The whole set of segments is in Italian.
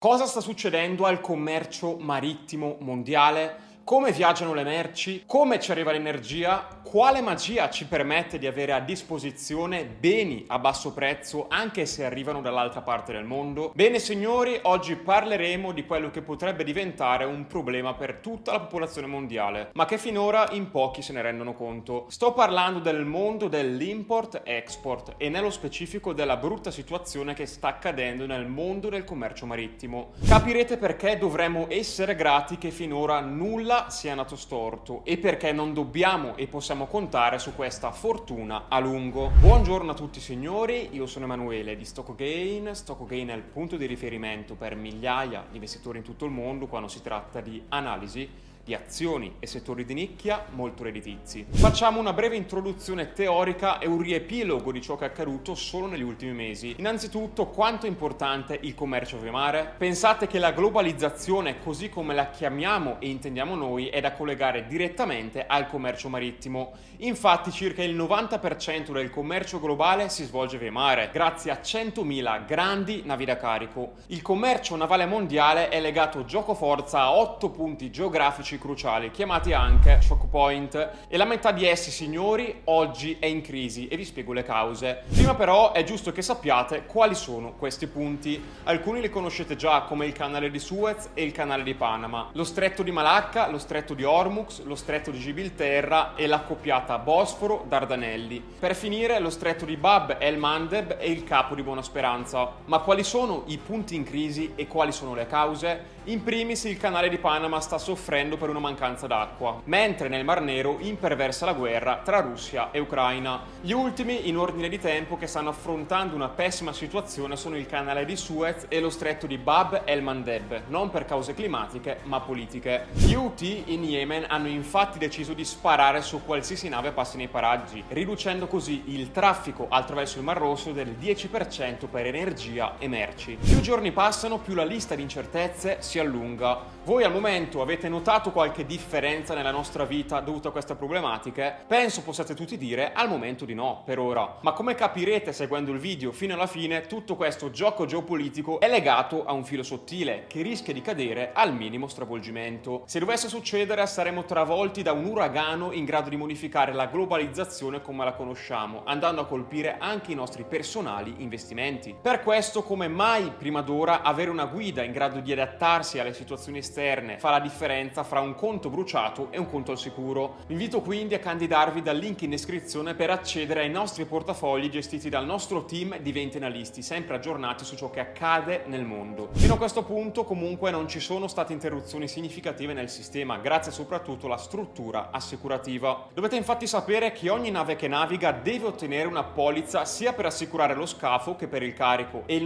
Cosa sta succedendo al commercio marittimo mondiale? Come viaggiano le merci? Come ci arriva l'energia? Quale magia ci permette di avere a disposizione beni a basso prezzo anche se arrivano dall'altra parte del mondo? Bene signori, oggi parleremo di quello che potrebbe diventare un problema per tutta la popolazione mondiale, ma che finora in pochi se ne rendono conto. Sto parlando del mondo dell'import-export e nello specifico della brutta situazione che sta accadendo nel mondo del commercio marittimo. Capirete perché dovremmo essere grati che finora nulla sia andato storto e perché non dobbiamo e possiamo contare su questa fortuna a lungo. Buongiorno a tutti signori, io sono Emanuele di StockGain. StockGain è il punto di riferimento per migliaia di investitori in tutto il mondo quando si tratta di analisi di azioni e settori di nicchia molto redditizi. Facciamo una breve introduzione teorica e un riepilogo di ciò che è accaduto solo negli ultimi mesi. Innanzitutto, quanto è importante il commercio via mare? Pensate che la globalizzazione, così come la chiamiamo e intendiamo noi, è da collegare direttamente al commercio marittimo. Infatti circa il 90% del commercio globale si svolge via mare, grazie a 100.000 grandi navi da carico. Il commercio navale mondiale è legato giocoforza a 8 punti geografici cruciali, chiamati anche choke point, e la metà di essi, signori, oggi è in crisi e vi spiego le cause. Prima però è giusto che sappiate quali sono questi punti. Alcuni li conoscete già, come il canale di Suez e il canale di Panama, lo stretto di Malacca, lo stretto di Hormuz, lo stretto di Gibilterra e l'accoppiata Bosforo-Dardanelli. Per finire lo stretto di Bab el-Mandeb e il capo di Buona Speranza. Ma quali sono i punti in crisi e quali sono le cause? In primis il canale di Panama sta soffrendo per una mancanza d'acqua, mentre nel Mar Nero imperversa la guerra tra Russia e Ucraina. Gli ultimi in ordine di tempo che stanno affrontando una pessima situazione sono il canale di Suez e lo stretto di Bab el-Mandeb, non per cause climatiche ma politiche. Gli Houthi in Yemen hanno infatti deciso di sparare su qualsiasi nave passi nei paraggi, riducendo così il traffico attraverso il Mar Rosso del 10% per energia e merci. Più giorni passano, più la lista di incertezze si allunga. Voi al momento avete notato qualche differenza nella nostra vita dovuta a queste problematiche? Penso possiate tutti dire al momento di no, per ora. Ma come capirete seguendo il video fino alla fine, tutto questo gioco geopolitico è legato a un filo sottile che rischia di cadere al minimo stravolgimento. Se dovesse succedere saremo travolti da un uragano in grado di modificare la globalizzazione come la conosciamo, andando a colpire anche i nostri personali investimenti. Per questo, come mai prima d'ora, avere una guida in grado di adattarsi alle situazioni esterne fa la differenza fra un conto bruciato e un conto al sicuro. Vi invito quindi a candidarvi dal link in descrizione per accedere ai nostri portafogli gestiti dal nostro team di 20 analisti, sempre aggiornati su ciò che accade nel mondo. Fino a questo punto comunque non ci sono state interruzioni significative nel sistema, grazie soprattutto alla struttura assicurativa. Dovete infatti sapere che ogni nave che naviga deve ottenere una polizza sia per assicurare lo scafo che per il carico, e il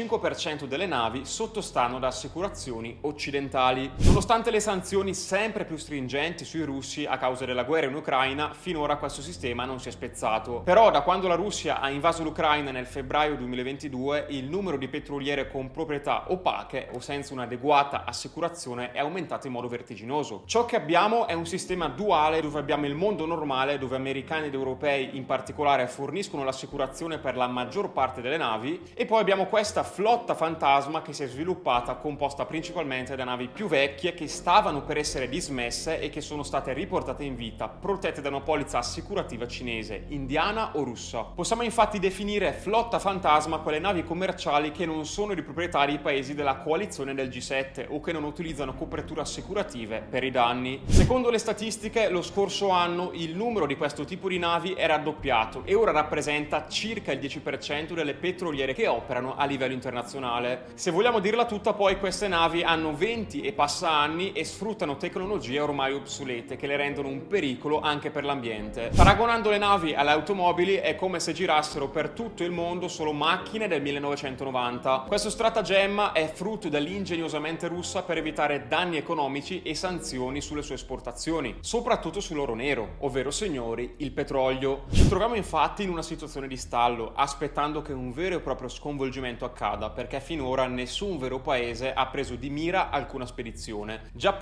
95% delle navi sottostanno ad assicurazioni occidentali. Nonostante le sanzioni sempre più stringenti sui russi a causa della guerra in Ucraina, finora questo sistema non si è spezzato. Però da quando la Russia ha invaso l'Ucraina nel febbraio 2022, il numero di petroliere con proprietà opache o senza un'adeguata assicurazione è aumentato in modo vertiginoso. Ciò che abbiamo è un sistema duale dove abbiamo il mondo normale, dove americani ed europei in particolare forniscono l'assicurazione per la maggior parte delle navi, e poi abbiamo questa flotta fantasma che si è sviluppata, composta principalmente da navi più vecchie che stavano per essere dismesse e che sono state riportate in vita, protette da una polizza assicurativa cinese, indiana o russa. Possiamo infatti definire flotta fantasma quelle navi commerciali che non sono di proprietà dei paesi della coalizione del G7 o che non utilizzano coperture assicurative per i danni. Secondo le statistiche, lo scorso anno il numero di questo tipo di navi è raddoppiato e ora rappresenta circa il 10% delle petroliere che operano a livello internazionale. Se vogliamo dirla tutta, poi queste navi hanno 20 e passa anni e sfruttano tecnologie ormai obsolete che le rendono un pericolo anche per l'ambiente. Paragonando le navi alle automobili è come se girassero per tutto il mondo solo macchine del 1990. Questo stratagemma è frutto dell'ingegnosamente russa per evitare danni economici e sanzioni sulle sue esportazioni, soprattutto sull'oro nero, ovvero signori il petrolio. Ci troviamo infatti in una situazione di stallo, aspettando che un vero e proprio sconvolgimento accada, perché finora nessun vero paese ha preso di mira alcuna spedizione. Giapponesi e cinesi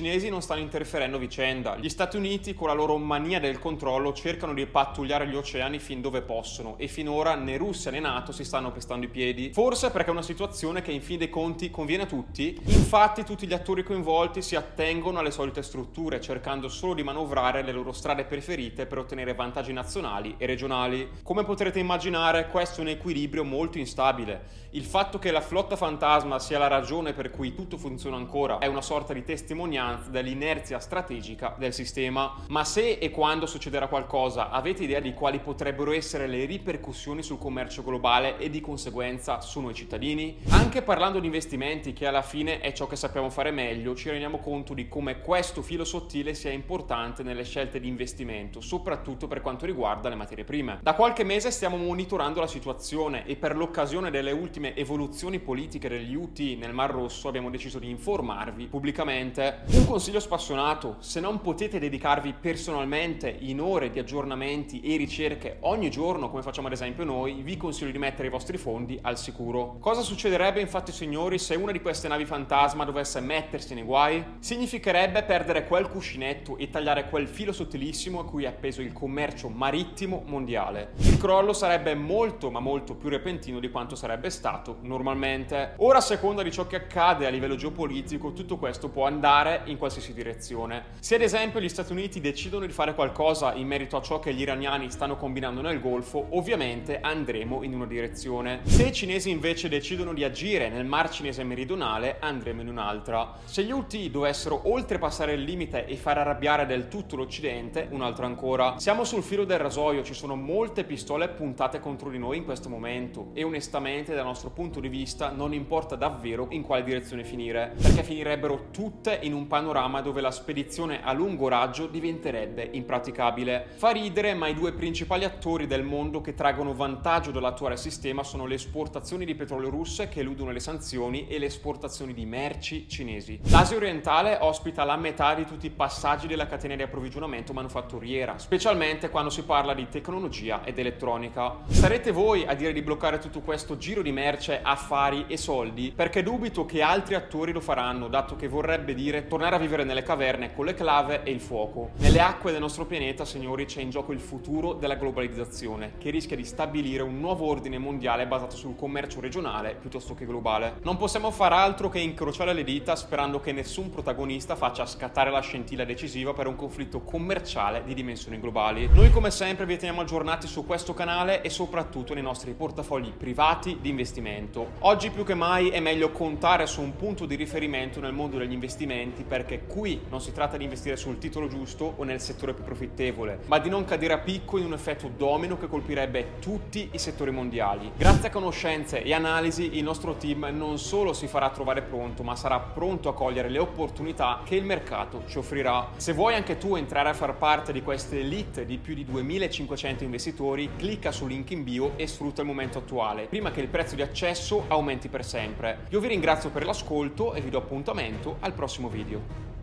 cinesi non stanno interferendo a vicenda. Gli Stati Uniti, con la loro mania del controllo, cercano di pattugliare gli oceani fin dove possono e finora né Russia né NATO si stanno pestando i piedi. Forse perché è una situazione che in fin dei conti conviene a tutti. Infatti tutti gli attori coinvolti si attengono alle solite strutture, cercando solo di manovrare le loro strade preferite per ottenere vantaggi nazionali e regionali. Come potrete immaginare, questo è un equilibrio molto instabile. Il fatto che la flotta fantasma sia la ragione per cui tutto funziona ancora è una sorta di testimonianza dell'inerzia strategica del sistema. Ma se e quando succederà qualcosa, avete idea di quali potrebbero essere le ripercussioni sul commercio globale e di conseguenza su noi cittadini? Anche parlando di investimenti, che alla fine è ciò che sappiamo fare meglio, ci rendiamo conto di come questo filo sottile sia importante nelle scelte di investimento, soprattutto per quanto riguarda le materie prime. Da qualche mese stiamo monitorando la situazione e per l'occasione delle ultime evoluzioni politiche degli Houthi nel Mar Rosso abbiamo deciso di informarvi pubblicamente. Un consiglio spassionato: se non potete dedicarvi personalmente in ore di aggiornamenti e ricerche ogni giorno come facciamo ad esempio noi, vi consiglio di mettere i vostri fondi al sicuro. Cosa succederebbe infatti, signori, se una di queste navi fantasma dovesse mettersi nei guai? Significherebbe perdere quel cuscinetto e tagliare quel filo sottilissimo a cui è appeso il commercio marittimo mondiale. Il crollo sarebbe molto ma molto più repentino di quanto sarebbe stato normalmente. Ora, a seconda di ciò che accade a livello geopolitico, tutto questo può andare in qualsiasi direzione. Se ad esempio gli Stati Uniti decidono di fare qualcosa in merito a ciò che gli iraniani stanno combinando nel Golfo, ovviamente andremo in una direzione. Se i cinesi invece decidono di agire nel Mar Cinese meridionale, andremo in un'altra. Se gli Houthi dovessero oltrepassare il limite e far arrabbiare del tutto l'Occidente, un'altra ancora. Siamo sul filo del rasoio, ci sono molte pistole puntate contro di noi in questo momento e onestamente dal nostro punto di vista non importa davvero in quale direzione finire, perché finirebbero tutte in un panorama dove la spedizione a lungo raggio diventerebbe impraticabile. Fa ridere, ma i due principali attori del mondo che traggono vantaggio dall'attuale sistema sono le esportazioni di petrolio russe che eludono le sanzioni e le esportazioni di merci cinesi. L'Asia orientale ospita la metà di tutti i passaggi della catena di approvvigionamento manufatturiera, specialmente quando si parla di tecnologia ed elettronica. Sarete voi a dire di bloccare tutto questo giro di merce, affari e soldi? Perché dubito che altri attori lo faranno, dato che vorrebbe dire tornare a vivere nelle caverne con le clave e il fuoco. Nelle acque del nostro pianeta, signori, c'è in gioco il futuro della globalizzazione, che rischia di stabilire un nuovo ordine mondiale basato sul commercio regionale piuttosto che globale. Non possiamo far altro che incrociare le dita sperando che nessun protagonista faccia scattare la scintilla decisiva per un conflitto commerciale di dimensioni globali. Noi come sempre vi teniamo aggiornati su questo canale e soprattutto nei nostri portafogli privati di investimento. Oggi più che mai è meglio contare su un punto di riferimento nel mondo degli investimenti, perché qui non si tratta di investire sul titolo giusto o nel settore più profittevole, ma di non cadere a picco in un effetto domino che colpirebbe tutti i settori mondiali. Grazie a conoscenze e analisi il nostro team non solo si farà trovare pronto, ma sarà pronto a cogliere le opportunità che il mercato ci offrirà. Se vuoi anche tu entrare a far parte di queste elite di più di 2500 investitori, clicca sul link in bio e sfrutta il momento attuale, prima che il prezzo di accesso aumenti per sempre. Io vi ringrazio per l'ascolto e vi do appuntamento al prossimo video.